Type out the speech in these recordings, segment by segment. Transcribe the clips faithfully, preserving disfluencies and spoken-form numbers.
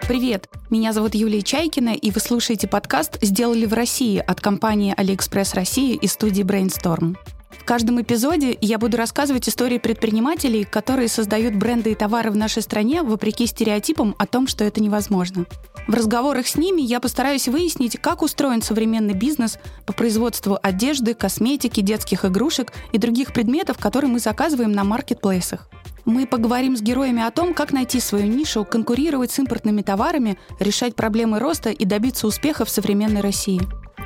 Привет, меня зовут Юлия Чайкина, и вы слушаете подкаст «Сделали в России» от компании AliExpress Россия и студии Brainstorm. В каждом эпизоде я буду рассказывать истории предпринимателей, которые создают бренды и товары в нашей стране вопреки стереотипам о том, что это невозможно. В разговорах с ними я постараюсь выяснить, как устроен современный бизнес по производству одежды, косметики, детских игрушек и других предметов, которые мы заказываем на маркетплейсах. Мы поговорим с героями о том, как найти свою нишу, конкурировать с импортными товарами, решать проблемы роста и добиться успеха в современной России.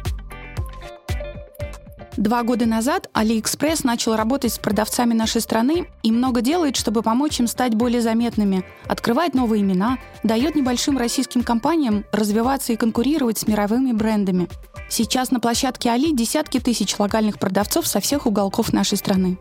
Два года назад AliExpress начал работать с продавцами нашей страны и много делает, чтобы помочь им стать более заметными, открывать новые имена, дает небольшим российским компаниям развиваться и конкурировать с мировыми брендами. Сейчас на площадке Али десятки тысяч локальных продавцов со всех уголков нашей страны.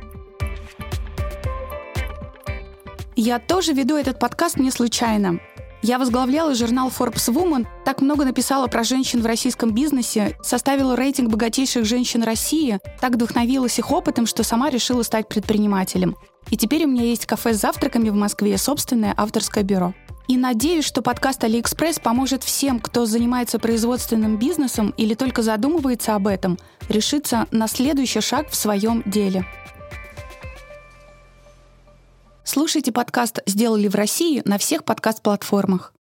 Я тоже веду этот подкаст не случайно. Я возглавляла журнал Forbes Woman, так много написала про женщин в российском бизнесе, составила рейтинг богатейших женщин России, так вдохновилась их опытом, что сама решила стать предпринимателем. И теперь у меня есть кафе с завтраками в Москве, собственное авторское бюро. И надеюсь, что подкаст AliExpress поможет всем, кто занимается производственным бизнесом или только задумывается об этом, решиться на следующий шаг в своем деле. Слушайте подкаст «Сделали в России» на всех подкаст-платформах.